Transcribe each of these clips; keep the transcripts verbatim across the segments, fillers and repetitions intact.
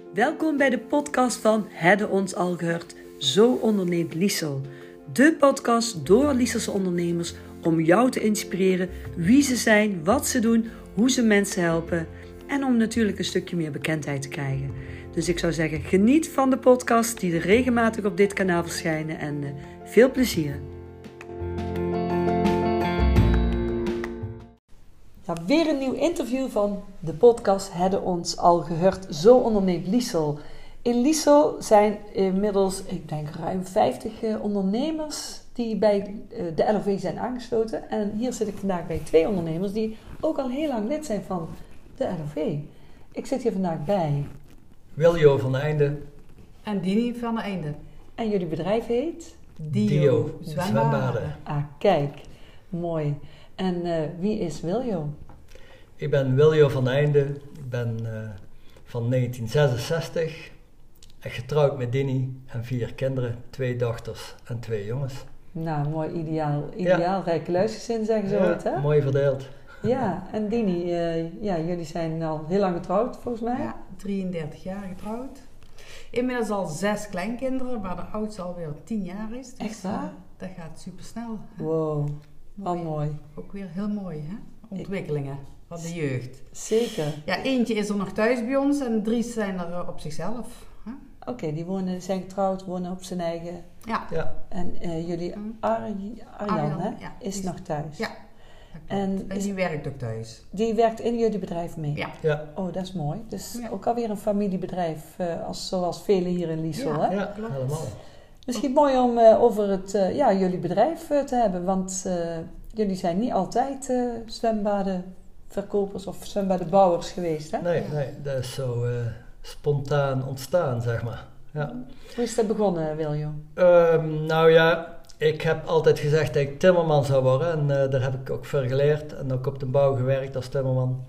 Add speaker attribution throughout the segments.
Speaker 1: Welkom bij de podcast van Hadden ons al gehoord, zo onderneemt Liesel. De podcast door Lieselse ondernemers om jou te inspireren wie ze zijn, wat ze doen, hoe ze mensen helpen en om natuurlijk een stukje meer bekendheid te krijgen. Dus ik zou zeggen, geniet van de podcast die er regelmatig op dit kanaal verschijnen en uh, veel plezier. Ja, weer een nieuw interview van de podcast Hadden ons al gehoord, zo onderneemt Liesel. In Liesel zijn inmiddels, ik denk ruim vijftig uh, ondernemers die bij uh, de L O V zijn aangesloten. En hier zit ik vandaag bij twee ondernemers die ook al heel lang lid zijn van de L O V. Ik zit hier vandaag bij
Speaker 2: Wiljo van Einde
Speaker 3: en Dini van Einde.
Speaker 1: En jullie bedrijf heet?
Speaker 2: Dio, Dio Zwembaden. Zwembaden.
Speaker 1: Ah, kijk, mooi. En uh, wie is Wiljo?
Speaker 2: Ik ben Wiljo van Einde. Ik ben uh, van negentien zesenzestig. En getrouwd met Dini en vier kinderen. Twee dochters en twee jongens.
Speaker 1: Nou, mooi ideaal. Ideaal, ja. Rijke luisgezin zeggen ze
Speaker 2: ja,
Speaker 1: ooit, hè?
Speaker 2: Mooi verdeeld.
Speaker 1: Ja, en Dini, uh, ja, jullie zijn al heel lang getrouwd volgens mij.
Speaker 3: Ja, drieëndertig jaar getrouwd. Inmiddels al zes kleinkinderen, waar de oudste alweer tien jaar is. Dus,
Speaker 1: echt waar?
Speaker 3: Uh, dat gaat super snel.
Speaker 1: Wow, wel mooi. mooi.
Speaker 3: Ook weer heel mooi, hè? Ontwikkelingen van de jeugd.
Speaker 1: Zeker.
Speaker 3: Ja, eentje is er nog thuis bij ons en drie zijn er op zichzelf. Huh?
Speaker 1: Oké, okay, die wonen, zijn getrouwd, wonen op zijn eigen.
Speaker 3: Ja.
Speaker 2: ja.
Speaker 1: En uh, jullie Arjan, Arjan hè,
Speaker 3: ja,
Speaker 1: is
Speaker 3: die,
Speaker 1: nog thuis.
Speaker 3: Ja.
Speaker 1: En,
Speaker 3: en die werkt ook thuis.
Speaker 1: Die werkt in jullie bedrijf mee?
Speaker 3: Ja.
Speaker 2: ja.
Speaker 1: Oh, dat is mooi. Dus
Speaker 3: ja.
Speaker 1: ook alweer een familiebedrijf, uh, als, zoals velen hier in Liesel,
Speaker 3: ja,
Speaker 1: hè?
Speaker 2: Ja, klopt. Helemaal.
Speaker 1: Misschien mooi om uh, over het, uh, ja, jullie bedrijf uh, te hebben, want uh, jullie zijn niet altijd uh, zwembadenverkopers of zwembadenbouwers geweest, hè?
Speaker 2: Nee, nee, dat is zo uh, spontaan ontstaan, zeg maar. Ja.
Speaker 1: Hoe is dat begonnen, Wiljo?
Speaker 2: Um, nou ja... Ik heb altijd gezegd dat ik timmerman zou worden en uh, daar heb ik ook voor geleerd en ook op de bouw gewerkt als timmerman.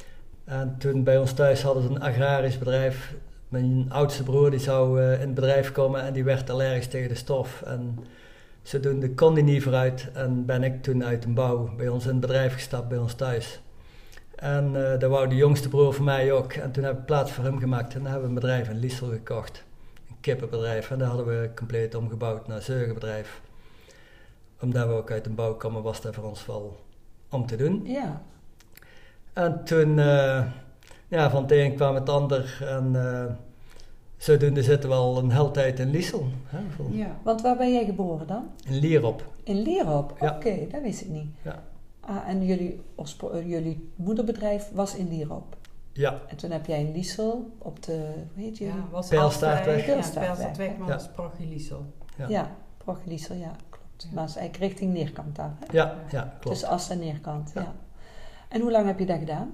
Speaker 2: En toen bij ons thuis hadden ze een agrarisch bedrijf. Mijn oudste broer die zou uh, in het bedrijf komen en die werd allergisch tegen de stof. En zodoende kon hij niet vooruit en ben ik toen uit de bouw bij ons in het bedrijf gestapt, bij ons thuis. En uh, dat wou de jongste broer van mij ook. En toen heb ik plaats voor hem gemaakt en dan hebben we een bedrijf in Liesel gekocht. Een kippenbedrijf en daar hadden we compleet omgebouwd naar een zeugenbedrijf. Omdat we ook uit de bouw kwamen, was dat voor ons wel om te doen.
Speaker 1: Ja.
Speaker 2: En toen, uh, ja, van het een kwam het ander. En uh, zodoende zitten we al een hele tijd in Liesel. Hè,
Speaker 1: ja, want waar ben jij geboren dan?
Speaker 2: In Lierop.
Speaker 1: In Lierop? Oké,
Speaker 2: ja.
Speaker 1: okay, dat wist ik niet.
Speaker 2: Ja.
Speaker 1: Ah, en jullie, jullie moederbedrijf was in Lierop?
Speaker 2: Ja.
Speaker 1: En toen heb jij in Liesel op de, hoe heet jullie?
Speaker 3: Ja, was
Speaker 2: Peelstaartweg.
Speaker 3: Peelstaartweg, maar dat is Prochie Liesel.
Speaker 1: Ja, ja Prochie Liesel, ja. Ja. Maar het is eigenlijk richting Neerkant daar, hè?
Speaker 2: Ja, ja, klopt.
Speaker 1: Dus As en Neerkant, ja.
Speaker 2: ja.
Speaker 1: En hoe lang heb je dat gedaan?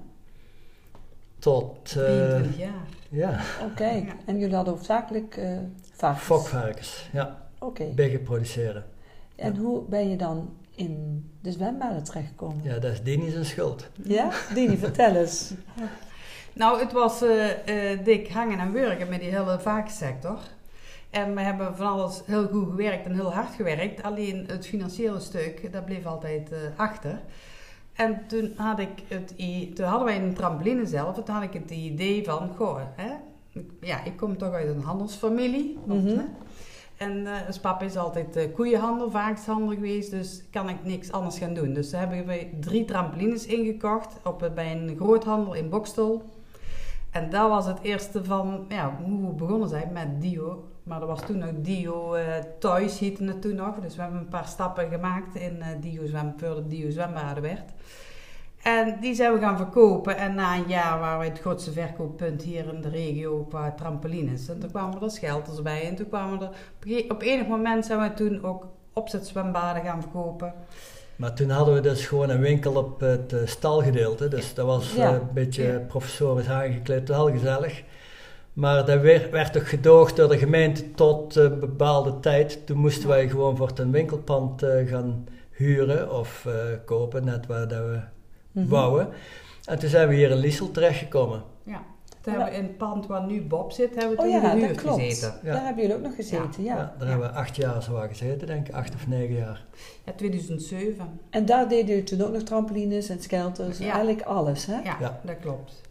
Speaker 2: Tot... Uh,
Speaker 3: drieëntwintig jaar.
Speaker 2: Ja.
Speaker 1: Oké, okay. ja. En jullie hadden hoofdzakelijk uh, varkens?
Speaker 2: Fokvarkens, ja.
Speaker 1: Oké. Okay.
Speaker 2: Biggen produceren.
Speaker 1: En
Speaker 2: ja.
Speaker 1: hoe ben je dan in de zwembaden terechtgekomen?
Speaker 2: Ja, dat is Dini zijn schuld.
Speaker 1: Ja? Dini, vertel eens.
Speaker 3: Nou, het was uh, uh, dik hangen en wurgen met die hele varkenssector. En we hebben van alles heel goed gewerkt en heel hard gewerkt. Alleen het financiële stuk, dat bleef altijd uh, achter. En toen, had ik het, toen hadden wij een trampoline zelf. En toen had ik het idee van, goh, hè, ja, ik kom toch uit een handelsfamilie. Want,
Speaker 1: mm-hmm.
Speaker 3: hè, en uh, dus papa is altijd uh, koeienhandel, varkenshandel geweest. Dus kan ik niks anders gaan doen. Dus daar hebben we drie trampolines ingekocht op, bij een groothandel in Bokstel. En dat was het eerste van, ja, hoe we begonnen zijn met Dio. Maar dat was toen nog Dio uh, Toys, heette het toen nog. Dus we hebben een paar stappen gemaakt in uh, Dio zwem, voordat Dio Zwembaden werd. En die zijn we gaan verkopen. En na een jaar waren we het grootste verkooppunt hier in de regio qua trampolines. En toen kwamen er Schelters bij. En toen kwamen er, op enig moment zijn we toen ook opzetzwembaden gaan verkopen.
Speaker 2: Maar toen hadden we dus gewoon een winkel op het uh, stalgedeelte. Dus dat was ja. uh, een beetje ja. professorisch aangekleed, heel gezellig. Maar dat werd, werd toch gedoogd door de gemeente tot een bepaalde tijd. Toen moesten wij gewoon voor een winkelpand uh, gaan huren of uh, kopen, net waar dat we mm-hmm. wouden. En toen zijn we hier in Liesel terechtgekomen.
Speaker 3: Ja, toen hebben we in het pand waar nu Bob zit, hebben we toen
Speaker 1: oh ja,
Speaker 3: gehuurd
Speaker 1: dat klopt.
Speaker 3: gezeten.
Speaker 1: Ja. Daar hebben jullie ook nog gezeten, ja.
Speaker 2: ja. ja daar
Speaker 3: ja.
Speaker 2: hebben we acht jaar zo gezeten, denk ik, acht of negen jaar.
Speaker 3: Ja, tweeduizend zeven.
Speaker 1: En daar deden jullie toen ook nog trampolines en skelters,
Speaker 3: ja.
Speaker 1: eigenlijk alles, hè?
Speaker 3: Ja,
Speaker 2: ja.
Speaker 3: dat klopt.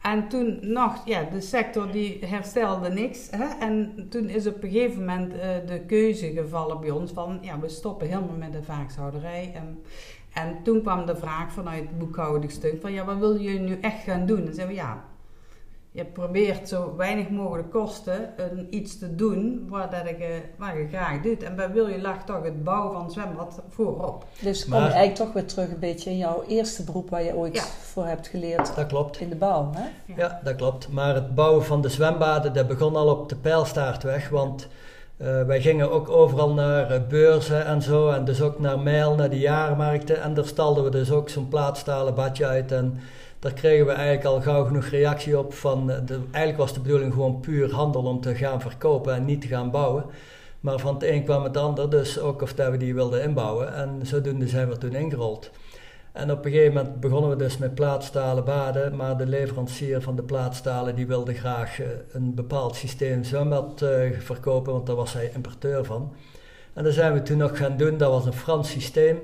Speaker 3: En toen nog, ja, de sector die herstelde niks. Hè? En toen is op een gegeven moment uh, de keuze gevallen bij ons van, ja, we stoppen helemaal met de varkenshouderij. En, en toen kwam de vraag vanuit het boekhoudingstuk van, ja, wat wil je nu echt gaan doen? En zeiden we, ja, je probeert zo weinig mogelijk kosten een, iets te doen waar, dat je, waar je graag doet. En bij Wil je lag toch het bouwen van het zwembad voorop.
Speaker 1: Dus kom
Speaker 2: maar,
Speaker 1: je eigenlijk toch weer terug een beetje in jouw eerste beroep waar je ooit
Speaker 3: ja.
Speaker 1: voor hebt geleerd.
Speaker 2: Dat klopt.
Speaker 1: In de bouw, hè?
Speaker 2: Ja. ja, dat klopt. Maar het bouwen van de zwembaden, dat begon al op de Pijlstaartweg. Want uh, wij gingen ook overal naar uh, beurzen en zo. En dus ook naar Mijl, naar de jaarmarkten. En daar stalden we dus ook zo'n plaatstalen badje uit. En daar kregen we eigenlijk al gauw genoeg reactie op van, de, eigenlijk was de bedoeling gewoon puur handel om te gaan verkopen en niet te gaan bouwen. Maar van het een kwam het ander, dus ook of dat we die wilden inbouwen. En zodoende zijn we toen ingerold. En op een gegeven moment begonnen we dus met plaatstalen baden, maar de leverancier van de plaatstalen die wilde graag uh, een bepaald systeem zwembad uh, verkopen, want daar was hij importeur van. En dat zijn we toen nog gaan doen, dat was een Frans systeem.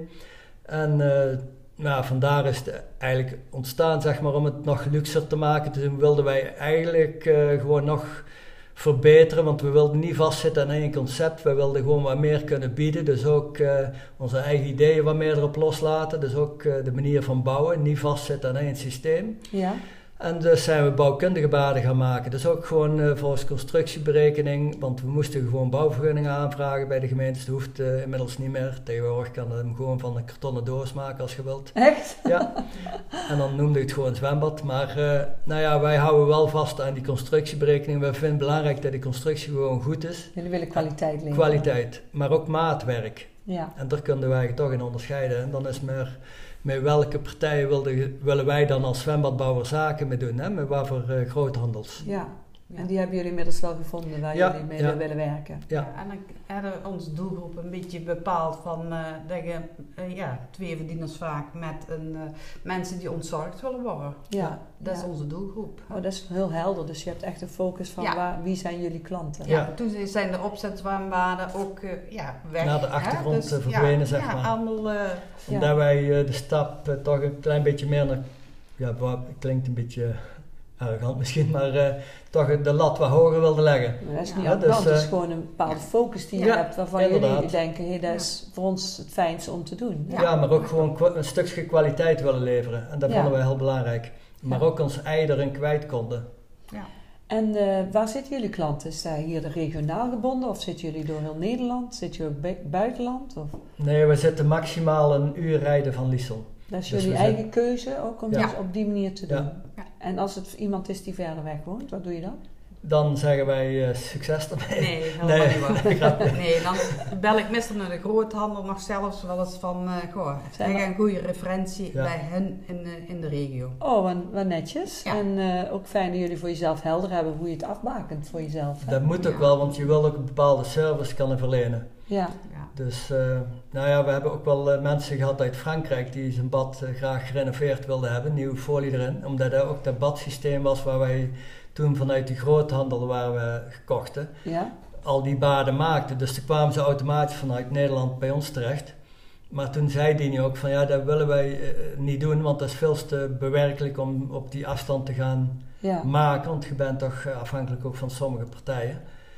Speaker 2: En uh, Nou, vandaar is het eigenlijk ontstaan, zeg maar, om het nog luxer te maken. Toen wilden wij eigenlijk uh, gewoon nog verbeteren, want we wilden niet vastzitten aan één concept. We wilden gewoon wat meer kunnen bieden, dus ook uh, onze eigen ideeën wat meer erop loslaten. Dus ook uh, de manier van bouwen, niet vastzitten aan één systeem.
Speaker 1: Ja.
Speaker 2: En dus zijn we bouwkundige baden gaan maken. Dus ook gewoon uh, volgens constructieberekening, want we moesten gewoon bouwvergunningen aanvragen bij de gemeente. Dat hoeft uh, inmiddels niet meer. Tegenwoordig kan je hem gewoon van een kartonnen doos maken als je wilt.
Speaker 1: Echt?
Speaker 2: Ja. En dan noemde ik het gewoon zwembad. Maar uh, nou ja, wij houden wel vast aan die constructieberekening. We vinden het belangrijk dat die constructie gewoon goed is.
Speaker 1: Jullie willen kwaliteit leveren.
Speaker 2: Kwaliteit, maar ook maatwerk.
Speaker 1: Ja.
Speaker 2: En daar kunnen wij toch in onderscheiden. En dan is meer... Met welke partijen wilde, willen wij dan als zwembadbouwer zaken mee doen? Hè? Met waarvoor uh, groothandels?
Speaker 1: Ja. En die hebben jullie inmiddels wel gevonden waar
Speaker 2: ja,
Speaker 1: jullie mee
Speaker 2: ja.
Speaker 1: willen werken.
Speaker 2: Ja.
Speaker 3: Ja, en dan hebben we onze doelgroep een beetje bepaald van uh, dat je uh, ja, twee verdieners vaak met een, uh, mensen die ontzorgd willen worden.
Speaker 1: Ja.
Speaker 3: Dat
Speaker 1: ja.
Speaker 3: is onze doelgroep.
Speaker 1: Oh, dat is heel helder. Dus je hebt echt een focus van
Speaker 3: Ja.
Speaker 1: waar, wie zijn jullie klanten?
Speaker 3: Ja,
Speaker 2: Ja.
Speaker 3: toen zijn de opzetzwembaden ook uh, ja, weg.
Speaker 2: Naar de achtergrond
Speaker 3: hè? Dus,
Speaker 2: verdwenen,
Speaker 3: ja,
Speaker 2: zeg
Speaker 3: ja,
Speaker 2: maar.
Speaker 3: Allemaal, uh,
Speaker 2: Omdat
Speaker 1: Ja.
Speaker 2: wij uh, de stap uh, toch een klein beetje meer naar... Ja, het klinkt een beetje arrogant misschien, maar uh, toch de lat wat hoger wilden leggen.
Speaker 1: Maar dat is
Speaker 3: Ja.
Speaker 1: niet
Speaker 2: Ja,
Speaker 1: arrogant,
Speaker 2: dus,
Speaker 1: het is
Speaker 2: uh,
Speaker 1: gewoon een bepaalde focus die je
Speaker 2: ja,
Speaker 1: hebt waarvan
Speaker 2: inderdaad.
Speaker 1: jullie denken, hey, dat is voor ons het fijnste om te doen.
Speaker 2: Ja,
Speaker 3: Ja.
Speaker 2: maar ook gewoon kwa- een stukje kwaliteit willen leveren. En dat
Speaker 1: Ja.
Speaker 2: vonden wij heel belangrijk. Maar
Speaker 1: Ja.
Speaker 2: ook ons ei erin kwijt konden.
Speaker 3: ja.
Speaker 1: En uh, waar zitten jullie klanten? Is dat hier de regionaal gebonden of zitten jullie door heel Nederland? Zitten jullie ook bu- buitenland? Of?
Speaker 2: Nee, we zitten maximaal een uur rijden van Liesel.
Speaker 1: Dat is
Speaker 2: Dus
Speaker 1: jullie
Speaker 2: we
Speaker 1: eigen keuze ook om
Speaker 2: Ja.
Speaker 1: dat op die manier te doen?
Speaker 2: Ja.
Speaker 3: Ja.
Speaker 1: En als het iemand is die verder weg woont, wat doe je dan?
Speaker 2: Dan zeggen wij uh, succes ermee.
Speaker 3: Nee, helemaal
Speaker 2: Nee,
Speaker 3: niet waar.
Speaker 2: nee, grapje.
Speaker 3: Nee, dan bel ik meestal naar de groothandel nog zelfs wel eens van, uh, goh,
Speaker 1: Zijn
Speaker 3: heb
Speaker 1: we-
Speaker 3: je een goede referentie
Speaker 2: Ja.
Speaker 3: bij hen in, uh, in de regio.
Speaker 1: Oh, wat, wat netjes.
Speaker 3: Ja.
Speaker 1: En uh, ook fijn dat jullie voor jezelf helder hebben hoe je het afbakent voor jezelf. Hè?
Speaker 2: Dat moet ook
Speaker 3: Ja.
Speaker 2: wel, want je wil ook een bepaalde service kunnen verlenen.
Speaker 1: Ja,
Speaker 3: Ja.
Speaker 2: Dus, uh, nou ja, we hebben ook wel uh, mensen gehad uit Frankrijk die zijn bad uh, graag gerenoveerd wilden hebben, nieuwe folie erin. Omdat dat ook dat badsysteem was waar wij toen vanuit die groothandel waar we gekochten,
Speaker 1: ja.
Speaker 2: al die baden maakten. Dus toen kwamen ze automatisch vanuit Nederland bij ons terecht. Maar toen zei die ook van ja, dat willen wij uh, niet doen, want dat is veel te bewerkelijk om op die afstand te gaan
Speaker 1: ja.
Speaker 2: maken. Want je bent toch uh, afhankelijk ook van sommige partijen.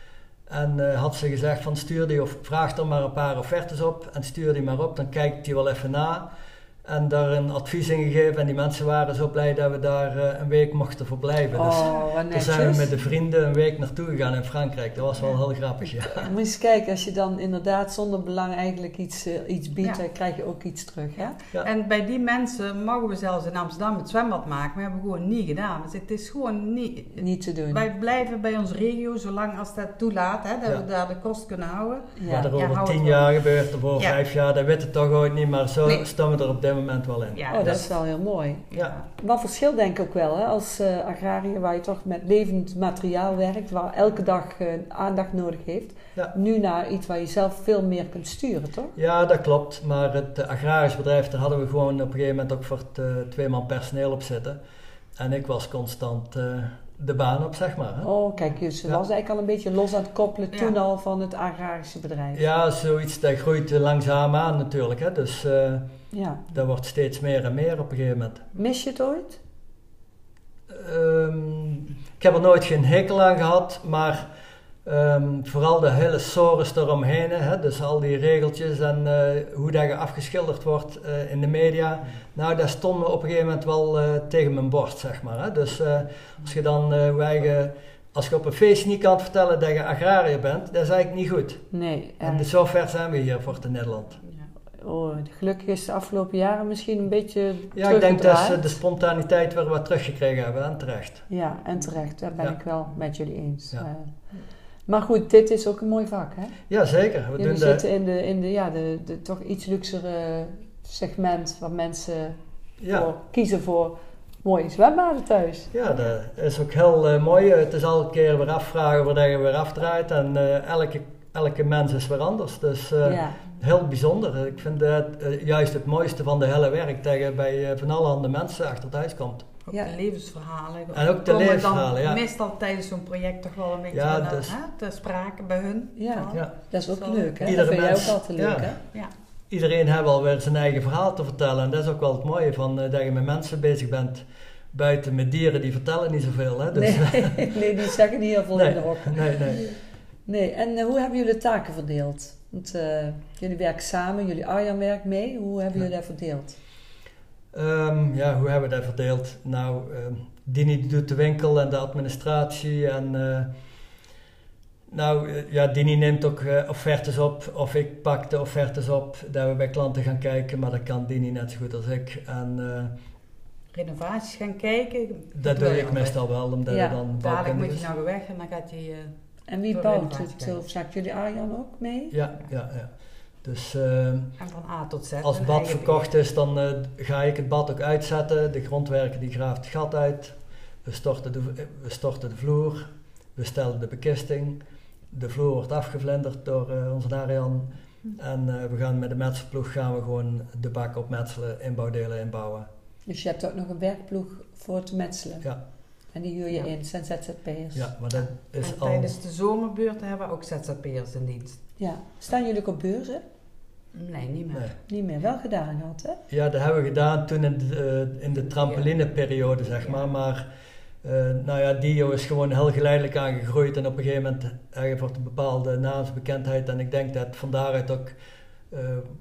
Speaker 2: En uh, had ze gezegd van stuur die of vraag er maar een paar offertes op en stuur die maar op, dan kijkt die wel even na. En daar een advies in gegeven en die mensen waren zo blij dat we daar uh, een week mochten verblijven. Dus
Speaker 1: Oh, wat
Speaker 2: toen
Speaker 1: netjes.
Speaker 2: zijn we met de vrienden een week naartoe gegaan in Frankrijk. Dat was wel heel grappig, ja.
Speaker 1: Moet je eens kijken, als je dan inderdaad zonder belang eigenlijk iets, uh, iets biedt,
Speaker 3: Ja.
Speaker 1: dan krijg je ook iets terug. Hè?
Speaker 2: Ja.
Speaker 3: En bij die mensen mogen we zelfs in Amsterdam het zwembad maken, maar hebben we gewoon niet gedaan. Dus het is gewoon niet...
Speaker 1: Niet te doen.
Speaker 3: Wij blijven bij onze regio zolang als dat toelaat, hè, dat
Speaker 2: Ja.
Speaker 3: we daar de kost kunnen houden.
Speaker 1: Ja.
Speaker 2: Wat er
Speaker 3: Ja,
Speaker 2: over
Speaker 3: hou het
Speaker 2: tien
Speaker 3: wel.
Speaker 2: jaar gebeurt, of over
Speaker 3: Ja.
Speaker 2: vijf jaar, dat weet het toch ooit niet. Maar zo
Speaker 3: Nee.
Speaker 2: staan we er op dit moment wel in.
Speaker 3: Ja,
Speaker 1: Oh, dat is wel heel mooi.
Speaker 2: Ja.
Speaker 1: Wat verschil denk ik ook wel, hè? Als uh, agrariër waar je toch met levend materiaal werkt, waar elke dag uh, aandacht nodig heeft,
Speaker 2: Ja.
Speaker 1: nu naar iets waar je zelf veel meer kunt sturen, toch?
Speaker 2: Ja, dat klopt. Maar het uh, agrarisch bedrijf, daar hadden we gewoon op een gegeven moment ook voor het uh, twee man personeel op zitten. En ik was constant uh, de baan op, zeg maar. Hè?
Speaker 1: Oh, kijk, dus ze
Speaker 2: Ja.
Speaker 1: was eigenlijk al een beetje los aan het koppelen
Speaker 3: Ja.
Speaker 1: toen al van het agrarische bedrijf.
Speaker 2: Ja, zoiets dat groeit uh, langzaam aan natuurlijk. Hè? Dus uh,
Speaker 1: Ja.
Speaker 2: dat wordt steeds meer en meer op een gegeven moment.
Speaker 1: Mis je het ooit?
Speaker 2: Um, ik heb er nooit geen hekel aan gehad, maar um, vooral de hele sores eromheen, hè, dus al die regeltjes en uh, hoe dat je afgeschilderd wordt uh, in de media, nou daar stonden we op een gegeven moment wel uh, tegen mijn borst, zeg maar. Hè. Dus uh, als je dan uh, hoe je, als je op een feestje niet kan vertellen dat je agrariër bent, dat is eigenlijk niet goed.
Speaker 4: Nee.
Speaker 2: En de zover zijn we hier voor in Nederland.
Speaker 4: Oh, gelukkig is de afgelopen jaren misschien een beetje
Speaker 2: Ja, ik denk dat ze de spontaniteit weer wat teruggekregen hebben en terecht.
Speaker 4: Ja, en terecht. Daar ben
Speaker 2: ja.
Speaker 4: ik wel met jullie eens.
Speaker 2: Ja.
Speaker 4: Uh, maar goed, dit is ook een mooi vak, hè?
Speaker 2: Ja, zeker. We
Speaker 4: jullie
Speaker 2: doen
Speaker 4: zitten
Speaker 2: de...
Speaker 4: in, de, in de, ja, de, de toch iets luxere segment waar mensen
Speaker 2: ja.
Speaker 4: voor kiezen voor mooie zwembaden thuis.
Speaker 2: Ja, dat is ook heel uh, mooi. Het is elke keer weer afvragen waar je weer afdraait en uh, elke, elke mens is weer anders. Dus uh, ja. heel bijzonder. Ik vind het uh, juist het mooiste van de hele werk dat je bij uh, van allerhande mensen achter het huis komt.
Speaker 3: Ook
Speaker 4: ja.
Speaker 3: de levensverhalen.
Speaker 2: En ook de levensverhalen, ja.
Speaker 3: Meestal tijdens zo'n project toch wel een beetje
Speaker 2: ja,
Speaker 3: naar,
Speaker 2: dus,
Speaker 3: hè, te sprake bij hun.
Speaker 4: Ja, ja. Dat is ook
Speaker 3: Zo.
Speaker 4: leuk, hè?
Speaker 2: Iedere
Speaker 4: Dat vind
Speaker 2: mens,
Speaker 4: jij ook altijd leuk,
Speaker 2: ja.
Speaker 4: hè?
Speaker 3: Ja.
Speaker 2: Iedereen heeft wel weer zijn eigen verhaal te vertellen. En dat is ook wel het mooie van uh, dat je met mensen bezig bent. Buiten met dieren, die vertellen niet zoveel. Hè? Dus,
Speaker 4: nee, nee, die zeggen niet heel veel
Speaker 2: nee,
Speaker 4: in de hokken.
Speaker 2: Nee, nee.
Speaker 4: Nee, en uh, hoe hebben jullie de taken verdeeld? Want uh, jullie werken samen, jullie Arjan werkt mee. Hoe hebben
Speaker 2: ja.
Speaker 4: jullie dat verdeeld?
Speaker 2: Um, ja, hoe hebben we dat verdeeld? Nou, uh, Dini doet de winkel en de administratie. En uh, nou, uh, ja, Dini neemt ook uh, offertes op. Of ik pak de offertes op, dat we bij klanten gaan kijken. Maar dat kan Dini net zo goed als ik. En, uh,
Speaker 3: renovaties gaan kijken.
Speaker 2: Dat, dat doe ik meestal wel, omdat
Speaker 3: ja.
Speaker 2: je dan
Speaker 3: dadelijk moet je nou weg en dan gaat hij... Uh,
Speaker 4: en wie bouwt het? Of zaken jullie Arjan ook mee?
Speaker 2: Ja, ja, ja. Dus uh,
Speaker 3: en van A tot Z.
Speaker 2: als het bad verkocht is, dan uh, ga ik het bad ook uitzetten. De grondwerker die graaft het gat uit. We storten de, we storten de vloer. We stellen de bekisting. De vloer wordt afgevlinderd door uh, onze Arjan. En uh, we gaan met de metselploeg gaan we gewoon de bak opmetselen, inbouwdelen inbouwen.
Speaker 4: Dus je hebt ook nog een werkploeg voor het metselen?
Speaker 2: Ja.
Speaker 4: En die huur je
Speaker 3: ja.
Speaker 4: in, zijn Z Z P'ers?
Speaker 2: Ja, maar dat is
Speaker 3: en
Speaker 2: al...
Speaker 3: tijdens de zomerbeurten hebben we ook Z Z P'ers in dienst.
Speaker 4: Ja. Staan jullie ook op beurzen?
Speaker 3: Nee, niet meer.
Speaker 2: Nee.
Speaker 4: Niet meer, wel gedaan gehad, hè?
Speaker 2: Ja, dat hebben we gedaan toen in de, uh, in de trampolineperiode, zeg maar. Maar uh, nou ja, Dio is gewoon heel geleidelijk aangegroeid en op een gegeven moment uh, wordt een bepaalde naamsbekendheid. En ik denk dat van daaruit ook uh,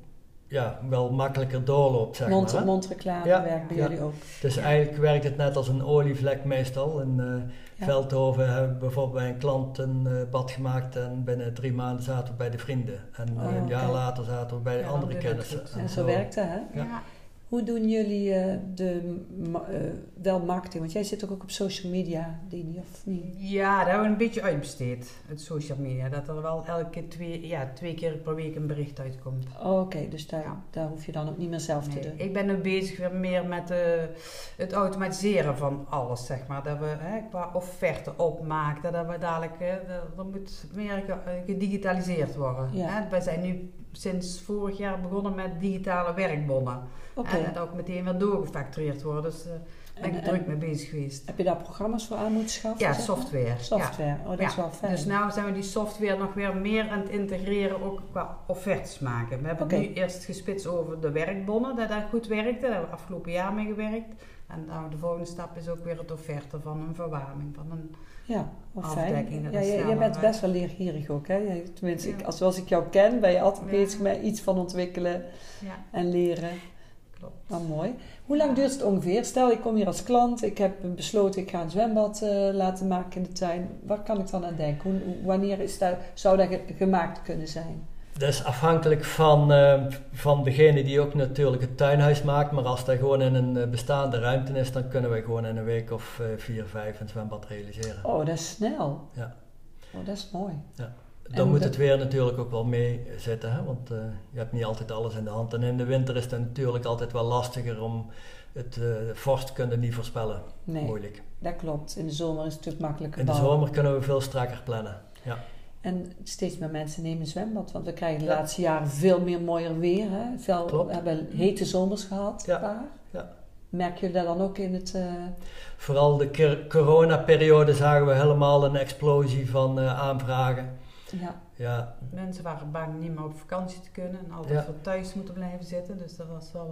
Speaker 2: ja, wel makkelijker doorloopt, zeg
Speaker 4: Mond,
Speaker 2: maar.
Speaker 4: Mondreclame
Speaker 2: ja,
Speaker 4: werkt bij
Speaker 2: ja.
Speaker 4: jullie ook.
Speaker 2: Dus ja. eigenlijk werkt het net als een olievlek meestal. In uh, ja. Veldhoven hebben we bijvoorbeeld bij een klant een uh, bad gemaakt en binnen drie maanden zaten we bij de vrienden. En uh,
Speaker 4: oh,
Speaker 2: een jaar
Speaker 4: okay.
Speaker 2: later zaten we bij de
Speaker 3: ja,
Speaker 2: andere kennissen.
Speaker 4: En, en zo, zo werkt dat, hè?
Speaker 2: Ja.
Speaker 3: Ja.
Speaker 4: Hoe doen jullie uh, de, uh, wel marketing? Want jij zit ook op social media, Dini, of niet?
Speaker 3: Ja, daar hebben we een beetje uitbesteed, het social media. Dat er wel elke twee, ja, twee keer per week een bericht uitkomt.
Speaker 4: Oh, oké, okay, dus daar, ja. daar hoef je dan ook niet meer zelf
Speaker 3: nee,
Speaker 4: te doen.
Speaker 3: Ik ben nu bezig weer meer met uh, het automatiseren van alles, zeg maar. Dat we hè, qua offerte opmaken, dat we dadelijk, hè, dat moet meer gedigitaliseerd worden.
Speaker 4: Ja.
Speaker 3: Hè? Wij zijn nu sinds vorig jaar begonnen met digitale werkbonnen.
Speaker 4: Okay.
Speaker 3: En dat ook meteen weer doorgefactureerd worden. Dus daar uh, ben ik druk mee bezig geweest.
Speaker 4: Heb je daar programma's voor aan moeten schaffen?
Speaker 3: Ja, software.
Speaker 4: Software,
Speaker 3: ja.
Speaker 4: oh dat
Speaker 3: ja.
Speaker 4: is wel fijn.
Speaker 3: Dus nu zijn we die software nog weer meer aan het integreren, ook qua offertes maken. We hebben okay. nu eerst gespitst over de werkbonnen, dat dat goed werkte. Daar hebben we afgelopen jaar mee gewerkt. En nou, de volgende stap is ook weer het offerte van een verwarming, van een
Speaker 4: ja, wat
Speaker 3: afdekking.
Speaker 4: Fijn. Ja, jij bent best wel leergierig ook, hè? Tenminste, ja. ik, als, zoals ik jou ken, ben je altijd ja. bezig met iets van ontwikkelen ja. en leren.
Speaker 3: Klopt.
Speaker 4: Nou, mooi. Hoe lang duurt het ongeveer? Stel, ik kom hier als klant, ik heb besloten, ik ga een zwembad uh, laten maken in de tuin. Waar kan ik dan aan denken? Hoe, wanneer is dat, zou dat gemaakt kunnen zijn?
Speaker 2: Dat is afhankelijk van, uh, van degene die ook natuurlijk het tuinhuis maakt. Maar als dat gewoon in een bestaande ruimte is, dan kunnen we gewoon in een week of uh, vier, vijf een zwembad realiseren.
Speaker 4: Oh, dat is snel.
Speaker 2: Ja.
Speaker 4: Oh, dat is mooi.
Speaker 2: Ja. Dan moet het weer natuurlijk ook wel mee zitten, hè? Want uh, je hebt niet altijd alles in de hand. En in de winter is het natuurlijk altijd wel lastiger om het uh, vorst kunnen niet voorspellen.
Speaker 4: Nee,
Speaker 2: moeilijk.
Speaker 4: Dat klopt. In de zomer is het natuurlijk makkelijker
Speaker 2: In de
Speaker 4: bouwen.
Speaker 2: zomer kunnen we veel strakker plannen, ja.
Speaker 4: En steeds meer mensen nemen een zwembad, want we krijgen de ja. laatste jaren veel meer mooier weer. Hè? Veel, we hebben hete zomers gehad.
Speaker 2: Ja.
Speaker 4: Waar.
Speaker 2: Ja.
Speaker 4: Merk je dat dan ook in het... Uh...
Speaker 2: Vooral de coronaperiode zagen we helemaal een explosie van uh, aanvragen.
Speaker 4: Ja.
Speaker 3: Ja. Mensen waren bang niet meer op vakantie te kunnen en altijd ja. voor thuis moeten blijven zitten. Dus dat was wel een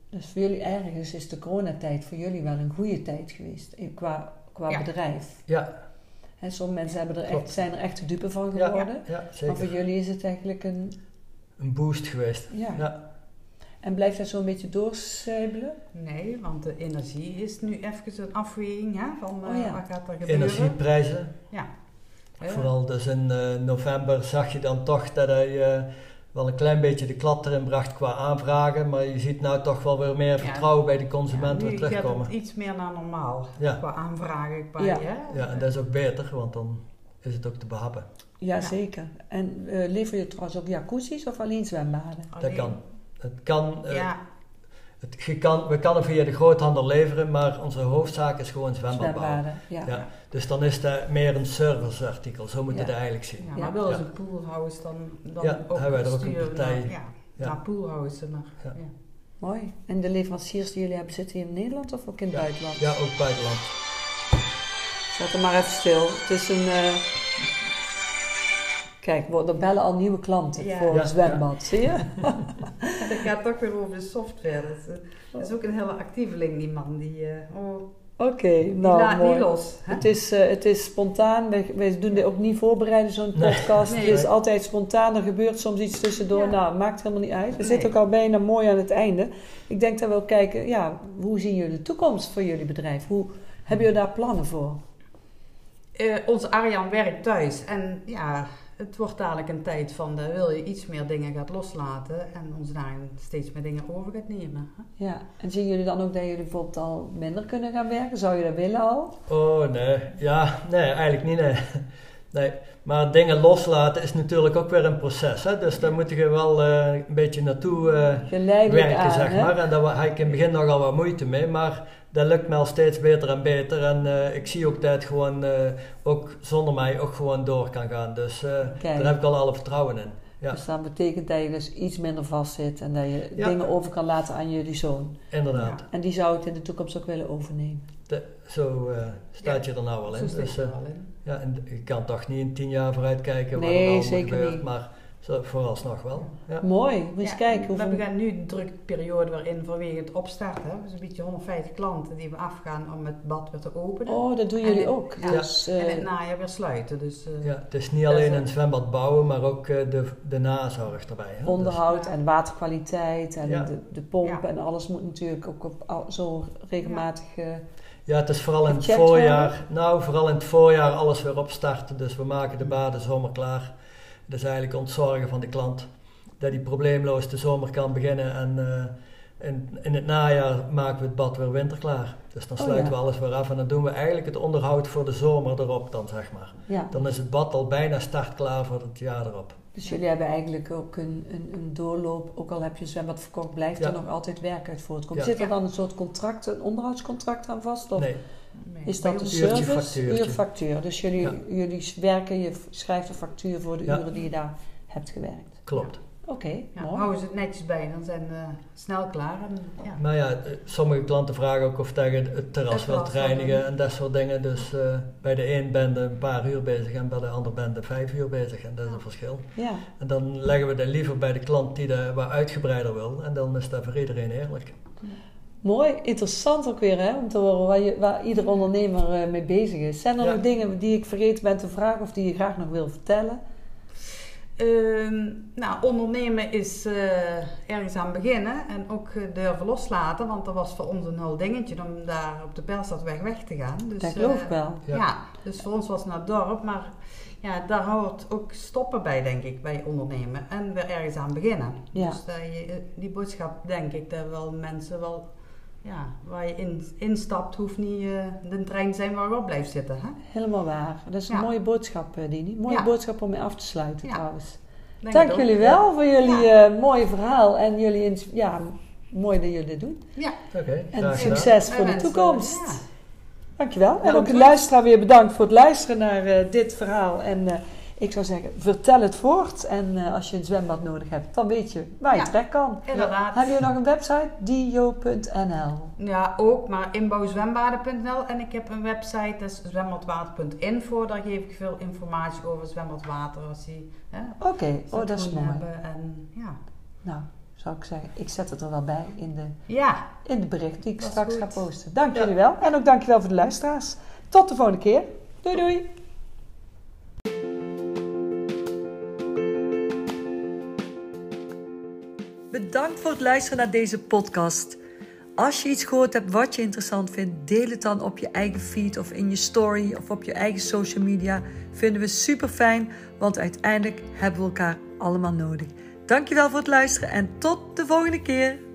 Speaker 4: Dus voor jullie ergens is de coronatijd voor jullie wel een goede tijd geweest eh, qua, qua
Speaker 3: Ja.
Speaker 4: bedrijf.
Speaker 2: Ja,
Speaker 4: Hè, sommige mensen hebben er
Speaker 2: Klopt.
Speaker 4: echt, zijn er echt de dupe van
Speaker 2: Ja.
Speaker 4: geworden.
Speaker 2: ja
Speaker 4: Maar
Speaker 2: zeker.
Speaker 4: voor jullie is het eigenlijk een...
Speaker 2: Een boost geweest.
Speaker 4: Ja.
Speaker 2: Ja.
Speaker 4: En blijft dat zo'n beetje doorcijbelen?
Speaker 3: Nee, want de energie is nu even een afweging, hè, van uh,
Speaker 4: Oh ja.
Speaker 3: wat gaat er gebeuren.
Speaker 2: Energieprijzen.
Speaker 3: Ja. Ja.
Speaker 2: Vooral dus in uh, november zag je dan toch dat hij uh, wel een klein beetje de klap erin bracht qua aanvragen. Maar je ziet nou toch wel weer meer
Speaker 3: Ja.
Speaker 2: vertrouwen bij de consument
Speaker 3: Ja,
Speaker 2: weer
Speaker 3: nu
Speaker 2: terugkomen.
Speaker 3: gaat het iets meer naar normaal,
Speaker 2: Ja.
Speaker 3: qua aanvragen. Qua,
Speaker 4: Ja.
Speaker 3: hè?
Speaker 2: Ja, en dat is ook beter, want dan is het ook te behappen.
Speaker 4: Ja,
Speaker 3: Ja.
Speaker 4: zeker. En uh, lever je trouwens ook jacuzzis of alleen zwembaden?
Speaker 2: Dat
Speaker 3: Alleen-
Speaker 2: kan. Het kan, uh,
Speaker 3: Ja,
Speaker 2: het, je kan, we kunnen via de groothandel leveren, maar onze hoofdzaak is gewoon zwembad bouwen.
Speaker 4: Zwembaden, ja.
Speaker 2: Ja. Dus dan is dat meer een serviceartikel, zo moet je
Speaker 4: Ja.
Speaker 2: het eigenlijk zien.
Speaker 3: ja,
Speaker 4: Ja.
Speaker 3: maar willen
Speaker 2: Ja.
Speaker 3: ze een poolhouse dan, dan
Speaker 2: Ja,
Speaker 3: ook
Speaker 2: hebben wij er ook een
Speaker 3: sturen
Speaker 2: partij.
Speaker 3: Naar, ja,
Speaker 2: Ja.
Speaker 3: naar poolhouse. Maar,
Speaker 2: Ja.
Speaker 3: ja.
Speaker 4: Mooi. En de leveranciers die jullie hebben, zitten hier in Nederland of ook in het
Speaker 2: Ja.
Speaker 4: buitenland?
Speaker 2: Ja, ook buitenland.
Speaker 4: Zet hem maar even stil. Het is een... uh... Kijk, er bellen al nieuwe klanten
Speaker 3: Ja.
Speaker 4: voor
Speaker 2: Ja,
Speaker 4: een zwembad, zie je?
Speaker 3: En het gaat toch weer over de software. Dat is, dat is ook een hele actieveling, die man. Die, uh, oh,
Speaker 4: Oké,
Speaker 3: die
Speaker 4: nou
Speaker 3: laat
Speaker 4: mooi.
Speaker 3: niet los. Hè?
Speaker 4: Het is, uh, het is spontaan. Wij, wij doen dit ook niet voorbereiden, zo'n
Speaker 2: Nee.
Speaker 4: podcast.
Speaker 3: Nee.
Speaker 4: Het is altijd spontaan. Er gebeurt soms iets tussendoor.
Speaker 3: Ja.
Speaker 4: Nou, maakt helemaal niet uit. We
Speaker 3: Nee.
Speaker 4: zitten ook al bijna mooi aan het einde. Ik denk dat we ook kijken, ja, hoe zien jullie de toekomst voor jullie bedrijf? Hoe hebben jullie daar plannen voor?
Speaker 3: Uh, onze Arjan werkt thuis. En ja, het wordt dadelijk een tijd van, de, wil je iets meer dingen gaat loslaten. En ons daarin steeds meer dingen over gaat nemen. Hè?
Speaker 4: Ja, en zien jullie dan ook dat jullie bijvoorbeeld al minder kunnen gaan werken? Zou je dat willen al?
Speaker 2: Oh nee, ja, nee, eigenlijk niet, nee. nee. Maar dingen loslaten is natuurlijk ook weer een proces, hè? Dus daar moet je wel uh, een beetje naartoe uh,
Speaker 4: Geleidelijk
Speaker 2: werken,
Speaker 4: aan,
Speaker 2: zeg
Speaker 4: hè?
Speaker 2: maar. En daar had ik in het begin nogal wat moeite mee, maar dat lukt me al steeds beter en beter. En uh, ik zie ook dat het gewoon, uh, ook zonder mij, ook gewoon door kan gaan. Dus uh, daar heb ik al alle vertrouwen in. Ja.
Speaker 4: Dus dat betekent dat je dus iets minder vastzit en dat je
Speaker 2: Ja.
Speaker 4: dingen over kan laten aan jullie zoon.
Speaker 2: Inderdaad.
Speaker 3: Ja.
Speaker 4: En die zou het in de toekomst ook willen overnemen.
Speaker 2: De, zo uh, staat je er nou wel
Speaker 3: Zo
Speaker 2: in.
Speaker 3: steekt
Speaker 2: Dus,
Speaker 3: er
Speaker 2: uh,
Speaker 3: wel in.
Speaker 2: ja, en je kan toch niet in tien jaar vooruit kijken wat
Speaker 4: Nee,
Speaker 2: er allemaal
Speaker 4: zeker
Speaker 2: gebeurt,
Speaker 4: niet.
Speaker 2: maar zo, vooralsnog wel. Ja.
Speaker 4: Mooi, moet je eens
Speaker 3: Ja,
Speaker 4: kijken.
Speaker 3: We
Speaker 4: Hoeveel...
Speaker 3: gaan nu een drukke periode weer in vanwege het opstarten. Hè. Dus een beetje honderdvijftig klanten die we afgaan om het bad weer te openen.
Speaker 4: Oh, dat doen
Speaker 3: En
Speaker 4: jullie
Speaker 3: in-
Speaker 4: ook.
Speaker 3: ja.
Speaker 4: Dus, uh,
Speaker 3: En het najaar weer sluiten. Dus, uh,
Speaker 2: Ja, het is niet
Speaker 3: Dat is
Speaker 2: alleen
Speaker 3: een-
Speaker 2: een zwembad bouwen, maar ook uh, de, de nazorg erbij. Hè?
Speaker 4: onderhoud
Speaker 3: Dus-
Speaker 4: en waterkwaliteit en
Speaker 2: Ja.
Speaker 4: de, de pomp
Speaker 3: Ja.
Speaker 4: en alles moet natuurlijk ook op al- zo regelmatig... uh,
Speaker 2: Dus, ja, het is vooral in het
Speaker 4: Gecheckt
Speaker 2: voorjaar. Nou, vooral in het voorjaar alles weer opstarten. Dus we maken de baden zomer klaar. Dat is eigenlijk ontzorgen van de klant. Dat hij probleemloos de zomer kan beginnen. En uh, in, in het najaar maken we het bad weer winterklaar. Dus dan
Speaker 4: Oh,
Speaker 2: sluiten
Speaker 4: ja.
Speaker 2: we alles weer af. En dan doen we eigenlijk het onderhoud voor de zomer erop dan, zeg maar.
Speaker 4: ja.
Speaker 2: Dan is het bad al bijna startklaar voor het jaar erop.
Speaker 4: Dus jullie hebben eigenlijk ook een, een, een doorloop, ook al heb je een zwembad verkocht, blijft
Speaker 2: Ja.
Speaker 4: er nog altijd werk uit voortkomen.
Speaker 2: Ja.
Speaker 4: Zit er
Speaker 3: Ja.
Speaker 4: dan een soort contract, een onderhoudscontract aan vast? Of
Speaker 2: Nee,
Speaker 3: nee,
Speaker 4: is
Speaker 3: bij
Speaker 4: dat een
Speaker 3: ons-
Speaker 2: Uurtje,
Speaker 4: service?
Speaker 2: factuurtje.
Speaker 4: Uurfactuur. Dus jullie,
Speaker 2: Ja.
Speaker 4: jullie werken, je schrijft een factuur voor de
Speaker 2: Ja.
Speaker 4: uren die je daar hebt gewerkt.
Speaker 2: klopt.
Speaker 4: Oké,
Speaker 3: Ja,
Speaker 4: mooi.
Speaker 3: houden ze het netjes bij, dan zijn we snel klaar. En, ja.
Speaker 2: Maar ja, eh, sommige klanten vragen ook of dat je het terras
Speaker 3: Het
Speaker 2: wilt
Speaker 3: terras wil
Speaker 2: reinigen
Speaker 3: doen.
Speaker 2: en dat soort dingen. Dus uh, bij de een ben je een paar uur bezig en bij de ander ben je vijf uur bezig. En dat is een verschil.
Speaker 4: Ja,
Speaker 2: En dan leggen we dat liever bij de klant die dat wat uitgebreider wil. En dan is dat voor iedereen eerlijk.
Speaker 4: mooi. Interessant ook weer hè, om te horen waar, je, waar ieder ondernemer uh, mee bezig is. Zijn er
Speaker 2: Ja.
Speaker 4: nog dingen die ik vergeten ben te vragen of die je graag nog wil vertellen?
Speaker 3: Ehm, nou, ondernemen is uh, ergens aan beginnen en ook uh, durven loslaten, want dat was voor ons een heel dingetje om daar op de Pelstadweg weg te gaan. Dus,
Speaker 4: Dat geloof
Speaker 3: uh,
Speaker 4: ik wel.
Speaker 2: Ja.
Speaker 3: Ja. dus voor ons was het naar het dorp, maar ja, daar hoort ook stoppen bij, denk ik, bij ondernemen en weer ergens aan beginnen.
Speaker 4: Ja.
Speaker 3: Dus dat je, die boodschap, denk ik, dat wel mensen wel, ja, waar je in, instapt, hoeft niet uh, de trein zijn waar je op blijft zitten. Hè?
Speaker 4: Helemaal waar. Dat is een
Speaker 3: Ja.
Speaker 4: mooie boodschap, uh, Dini. Mooie
Speaker 3: Ja.
Speaker 4: boodschap om mee af te sluiten
Speaker 3: Ja.
Speaker 4: trouwens.
Speaker 3: Denk
Speaker 4: Dank
Speaker 3: het ook.
Speaker 4: jullie wel voor jullie uh, mooie verhaal en jullie, ins- ja, mooi dat jullie dit doen.
Speaker 3: Ja.
Speaker 2: Oké, okay,
Speaker 4: En
Speaker 2: graag gedaan.
Speaker 4: succes
Speaker 3: Wij
Speaker 4: voor de
Speaker 3: wensen-
Speaker 4: toekomst.
Speaker 3: ja.
Speaker 4: Dankjewel. En ook
Speaker 3: Bedankt.
Speaker 4: de luisteraar weer bedankt voor het luisteren naar uh, dit verhaal. En uh, ik zou zeggen, vertel het voort. En uh, als je een zwembad nodig hebt, dan weet je waar je
Speaker 3: Ja.
Speaker 4: terecht kan.
Speaker 3: Inderdaad.
Speaker 4: Heb je nog een website? dio punt n l.
Speaker 3: Ja, ook, maar inbouwzwembaden punt n l en ik heb een website, dat is zwembadwater punt info. Daar geef ik veel informatie over zwembadwater als die hè,
Speaker 4: Oké,
Speaker 3: ze
Speaker 4: oh
Speaker 3: het
Speaker 4: dat is
Speaker 3: goed
Speaker 4: mooi.
Speaker 3: hebben. En, ja.
Speaker 4: Nou, zou ik zeggen, ik zet het er wel bij in de,
Speaker 3: Ja.
Speaker 4: in de bericht die ik
Speaker 3: Dat is
Speaker 4: straks
Speaker 3: goed.
Speaker 4: ga posten. Dank
Speaker 2: Ja.
Speaker 4: jullie wel. En ook dankjewel voor de luisteraars. Tot de volgende keer. Doei doei.
Speaker 1: Bedankt voor het luisteren naar deze podcast. Als je iets gehoord hebt wat je interessant vindt, deel het dan op je eigen feed of in je story of op je eigen social media. Vinden we super fijn, want uiteindelijk hebben we elkaar allemaal nodig. Dankjewel voor het luisteren en tot de volgende keer.